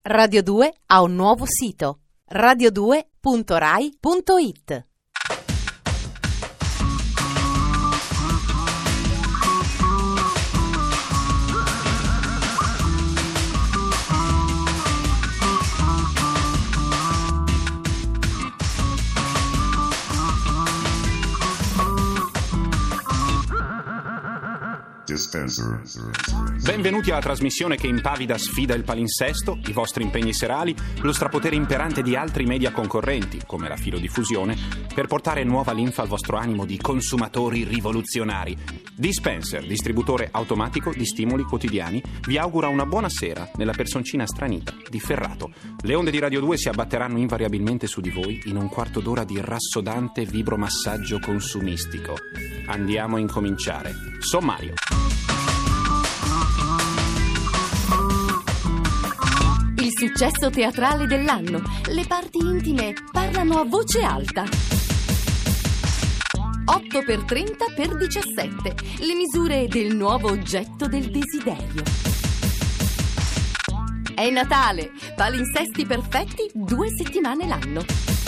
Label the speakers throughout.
Speaker 1: Radio 2 ha un nuovo sito: radio2.rai.it.
Speaker 2: Benvenuti alla trasmissione che impavida sfida il palinsesto, i vostri impegni serali, lo strapotere imperante di altri media concorrenti, come la filodiffusione, per portare nuova linfa al vostro animo di consumatori rivoluzionari. Dispenser, distributore automatico di stimoli quotidiani, vi augura una buona sera nella personcina stranita di Ferrato. Le onde di Radio 2 si abbatteranno invariabilmente su di voi in un quarto d'ora di rassodante vibromassaggio consumistico. Andiamo a incominciare. Sommario.
Speaker 3: Il successo teatrale dell'anno. Le parti intime parlano a voce alta. 8x30x17. Le misure del nuovo oggetto del desiderio. È Natale. Palinsesti perfetti 2 settimane l'anno.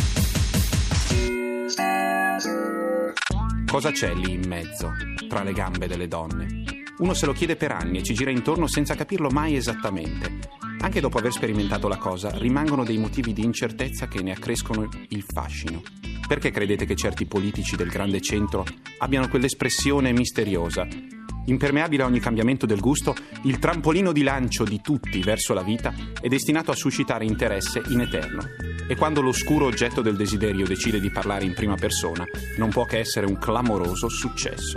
Speaker 2: Cosa c'è lì in mezzo, tra le gambe delle donne? Uno se lo chiede per anni e ci gira intorno senza capirlo mai esattamente. Anche dopo aver sperimentato la cosa, rimangono dei motivi di incertezza che ne accrescono il fascino. Perché credete che certi politici del grande centro abbiano quell'espressione misteriosa? Impermeabile a ogni cambiamento del gusto, il trampolino di lancio di tutti verso la vita è destinato a suscitare interesse in eterno. E quando l'oscuro oggetto del desiderio decide di parlare in prima persona, non può che essere un clamoroso successo.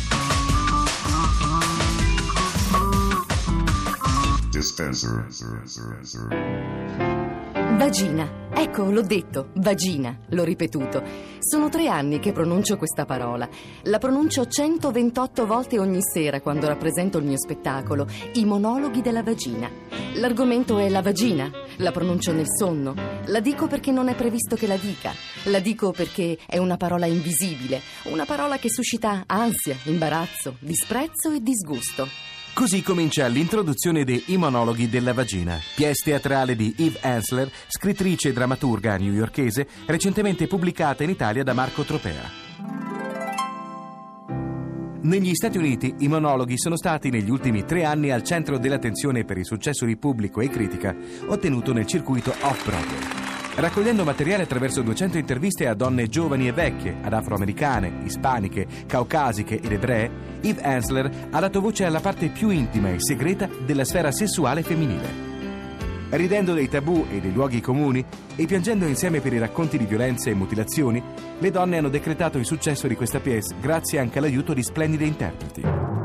Speaker 3: Vagina. Ecco, l'ho detto, vagina, l'ho ripetuto. Sono 3 anni che pronuncio questa parola. La pronuncio 128 volte ogni sera quando rappresento il mio spettacolo, I monologhi della vagina. L'argomento è la vagina, la pronuncio nel sonno. La dico perché non è previsto che la dica. La dico perché è una parola invisibile, una parola che suscita ansia, imbarazzo, disprezzo e disgusto.
Speaker 4: Così comincia l'introduzione dei I monologhi della vagina, pièce teatrale di Eve Ensler, scrittrice e drammaturga newyorkese, recentemente pubblicata in Italia da Marco Tropea. Negli Stati Uniti i monologhi sono stati negli ultimi 3 anni al centro dell'attenzione per il successo di pubblico e critica ottenuto nel circuito off-Broadway. Raccogliendo materiale attraverso 200 interviste a donne giovani e vecchie, ad afroamericane, ispaniche, caucasiche ed ebree, Eve Ensler ha dato voce alla parte più intima e segreta della sfera sessuale femminile. Ridendo dei tabù e dei luoghi comuni e piangendo insieme per i racconti di violenze e mutilazioni, le donne hanno decretato il successo di questa pièce grazie anche all'aiuto di splendide interpreti.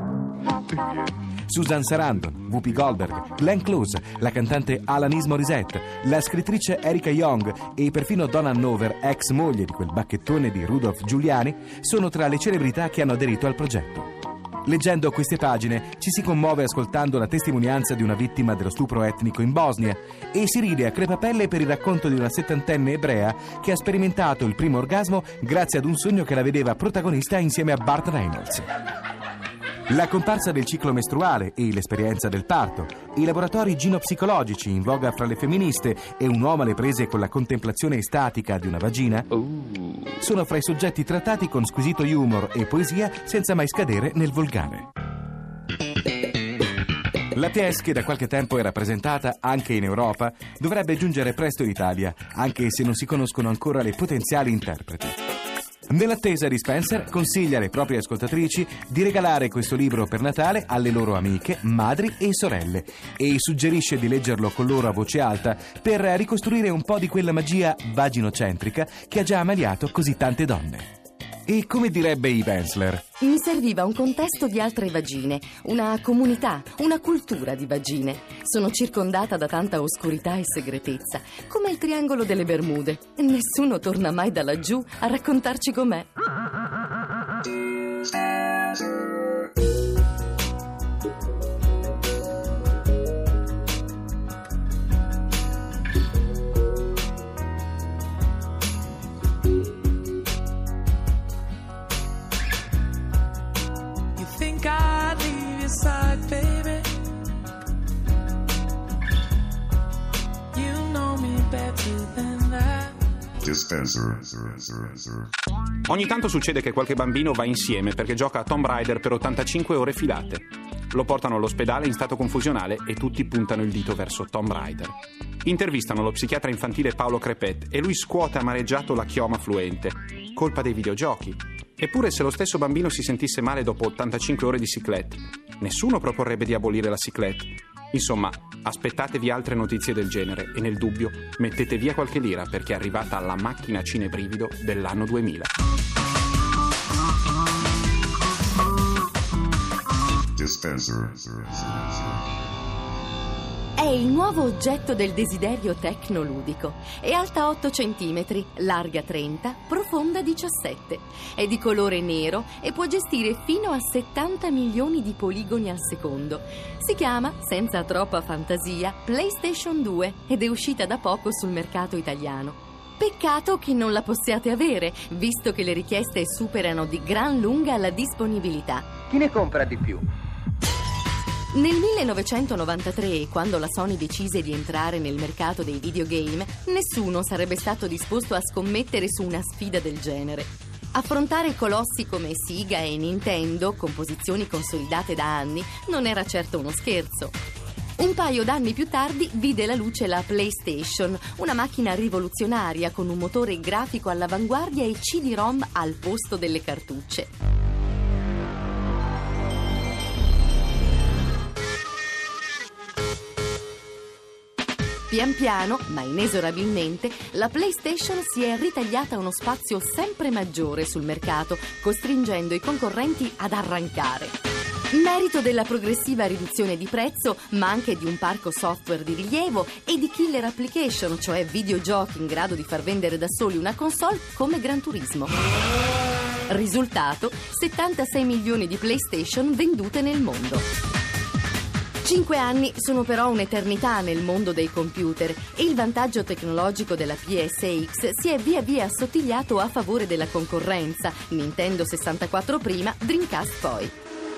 Speaker 4: Susan Sarandon, Whoopi Goldberg, Glenn Close, la cantante Alanis Morissette, la scrittrice Erika Young e perfino Donna Nover, ex moglie di quel bacchettone di Rudolph Giuliani, sono tra le celebrità che hanno aderito al progetto. Leggendo queste pagine ci si commuove ascoltando la testimonianza di una vittima dello stupro etnico in Bosnia e si ride a crepapelle per il racconto di una 70enne ebrea che ha sperimentato il primo orgasmo grazie ad un sogno che la vedeva protagonista insieme a Burt Reynolds. La comparsa del ciclo mestruale e l'esperienza del parto, i laboratori ginopsicologici in voga fra le femministe e un uomo alle prese con la contemplazione estatica di una vagina sono fra i soggetti trattati con squisito humor e poesia senza mai scadere nel volgare. La pièce, che da qualche tempo è rappresentata anche in Europa, dovrebbe giungere presto in Italia, anche se non si conoscono ancora le potenziali interpreti. Nell'attesa, Dispenser consiglia alle proprie ascoltatrici di regalare questo libro per Natale alle loro amiche, madri e sorelle e suggerisce di leggerlo con loro a voce alta per ricostruire un po' di quella magia vaginocentrica che ha già ammaliato così tante donne. E come direbbe Eve Ensler,
Speaker 3: mi serviva un contesto di altre vagine, una comunità, una cultura di vagine. Sono circondata da tanta oscurità e segretezza, come il triangolo delle Bermude. Nessuno torna mai da laggiù a raccontarci com'è.
Speaker 5: Dispenser.
Speaker 2: Ogni tanto succede che qualche bambino va insieme perché gioca a Tomb Raider per 85 ore filate. Lo portano all'ospedale in stato confusionale e tutti puntano il dito verso Tomb Raider. Intervistano lo psichiatra infantile Paolo Crepet e lui scuote amareggiato la chioma fluente. Colpa dei videogiochi. Eppure se lo stesso bambino si sentisse male dopo 85 ore di cyclette, nessuno proporrebbe di abolire la cyclette. Insomma, aspettatevi altre notizie del genere e nel dubbio mettete via qualche lira perché è arrivata la macchina cinebrivido dell'anno 2000.
Speaker 5: Dispenser.
Speaker 3: È il nuovo oggetto del desiderio tecnoludico. È alta 8 cm, larga 30, profonda 17. È di colore nero e può gestire fino a 70 milioni di poligoni al secondo. Si chiama, senza troppa fantasia, PlayStation 2 ed è uscita da poco sul mercato italiano. Peccato che non la possiate avere, visto che le richieste superano di gran lunga la disponibilità.
Speaker 6: Chi ne compra di più?
Speaker 3: Nel 1993, quando la Sony decise di entrare nel mercato dei videogame, nessuno sarebbe stato disposto a scommettere su una sfida del genere. Affrontare colossi come Sega e Nintendo, con posizioni consolidate da anni, non era certo uno scherzo. Un paio d'anni più tardi vide la luce la PlayStation, una macchina rivoluzionaria con un motore grafico all'avanguardia e CD-ROM al posto delle cartucce. Pian piano, ma inesorabilmente, la PlayStation si è ritagliata uno spazio sempre maggiore sul mercato, costringendo i concorrenti ad arrancare. Merito della progressiva riduzione di prezzo, ma anche di un parco software di rilievo e di killer application, cioè videogiochi in grado di far vendere da soli una console come Gran Turismo. Risultato: 76 milioni di PlayStation vendute nel mondo. 5 anni sono però un'eternità nel mondo dei computer e il vantaggio tecnologico della PSX si è via via assottigliato a favore della concorrenza, Nintendo 64 prima, Dreamcast poi.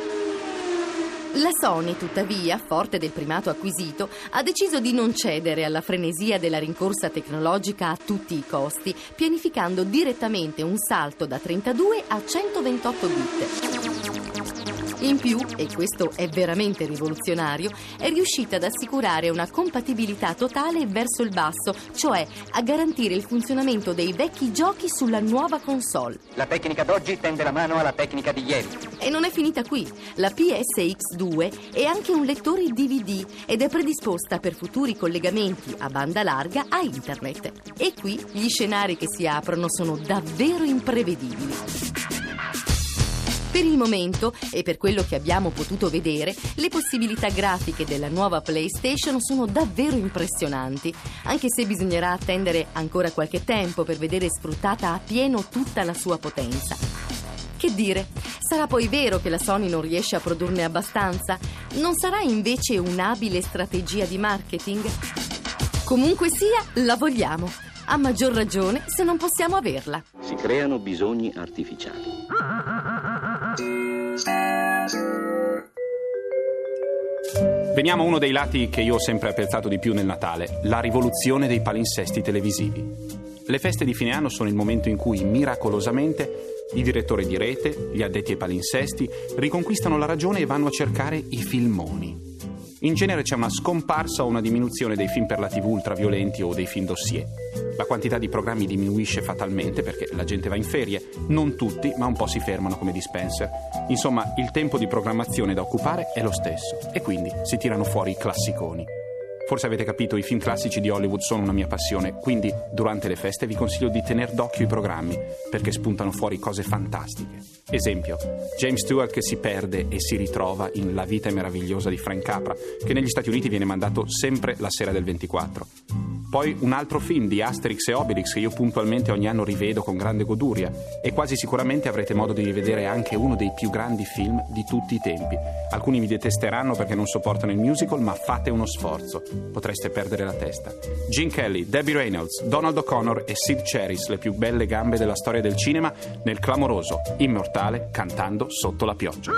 Speaker 3: La Sony, tuttavia, forte del primato acquisito, ha deciso di non cedere alla frenesia della rincorsa tecnologica a tutti i costi, pianificando direttamente un salto da 32 a 128 bit. In più, e questo è veramente rivoluzionario, è riuscita ad assicurare una compatibilità totale verso il basso, cioè a garantire il funzionamento dei vecchi giochi sulla nuova console.
Speaker 6: La tecnica d'oggi tende la mano alla tecnica di ieri.
Speaker 3: E non è finita qui. La PSX2 è anche un lettore DVD ed è predisposta per futuri collegamenti a banda larga a internet. E qui gli scenari che si aprono sono davvero imprevedibili. Per il momento, e per quello che abbiamo potuto vedere, le possibilità grafiche della nuova PlayStation sono davvero impressionanti, anche se bisognerà attendere ancora qualche tempo per vedere sfruttata a pieno tutta la sua potenza. Che dire, sarà poi vero che la Sony non riesce a produrne abbastanza? Non sarà invece un'abile strategia di marketing? Comunque sia, la vogliamo. A maggior ragione se non possiamo averla.
Speaker 7: Si creano bisogni artificiali.
Speaker 2: Veniamo a uno dei lati che io ho sempre apprezzato di più nel Natale, la rivoluzione dei palinsesti televisivi. Le feste di fine anno sono il momento in cui, miracolosamente, i direttori di rete, gli addetti ai palinsesti, riconquistano la ragione e vanno a cercare i filmoni. In genere c'è una scomparsa o una diminuzione dei film per la TV ultraviolenti o dei film dossier. La quantità di programmi diminuisce fatalmente perché la gente va in ferie. Non tutti, ma un po' si fermano come Dispenser. Insomma, il tempo di programmazione da occupare è lo stesso e quindi si tirano fuori i classiconi. Forse avete capito, i film classici di Hollywood sono una mia passione, quindi durante le feste vi consiglio di tener d'occhio i programmi perché spuntano fuori cose fantastiche. Esempio, James Stewart che si perde e si ritrova in La vita è meravigliosa di Frank Capra, che negli Stati Uniti viene mandato sempre la sera del 24. Poi un altro film di Asterix e Obelix che io puntualmente ogni anno rivedo con grande goduria, e quasi sicuramente avrete modo di rivedere anche uno dei più grandi film di tutti i tempi. Alcuni mi detesteranno perché non sopportano il musical, ma fate uno sforzo, potreste perdere la testa. Gene Kelly, Debbie Reynolds, Donald O'Connor e Sid Charisse, le più belle gambe della storia del cinema, nel clamoroso, immortale Cantando sotto la pioggia.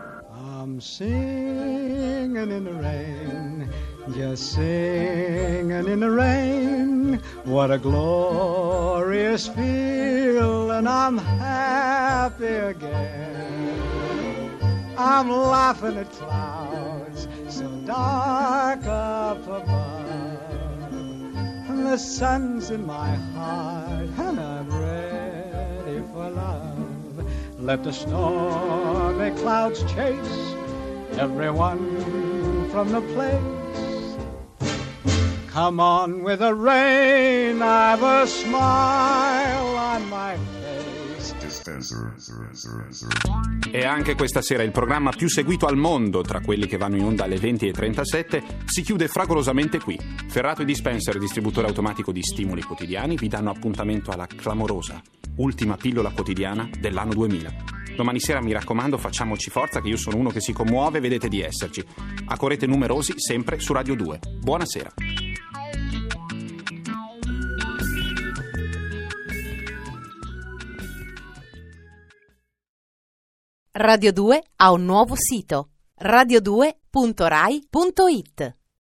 Speaker 8: I'm singing in the rain, just singing walking in the rain. What a glorious feeling, I'm happy again. I'm laughing at clouds so dark up above, and the sun's in my heart, and I'm ready for love. Let the stormy clouds chase everyone from the place. Come on with the rain, I've a smile on my face.
Speaker 5: Dispenser.
Speaker 2: E anche questa sera il programma più seguito al mondo, tra quelli che vanno in onda alle 20:37, si chiude fragorosamente qui. Ferrato e Dispenser, distributore automatico di stimoli quotidiani, vi danno appuntamento alla clamorosa ultima pillola quotidiana dell'anno 2000. Domani sera, mi raccomando, facciamoci forza, che io sono uno che si commuove, vedete di esserci. A Correte numerosi, sempre su Radio 2. Buonasera.
Speaker 1: Radio 2 ha un nuovo sito: radio2.rai.it.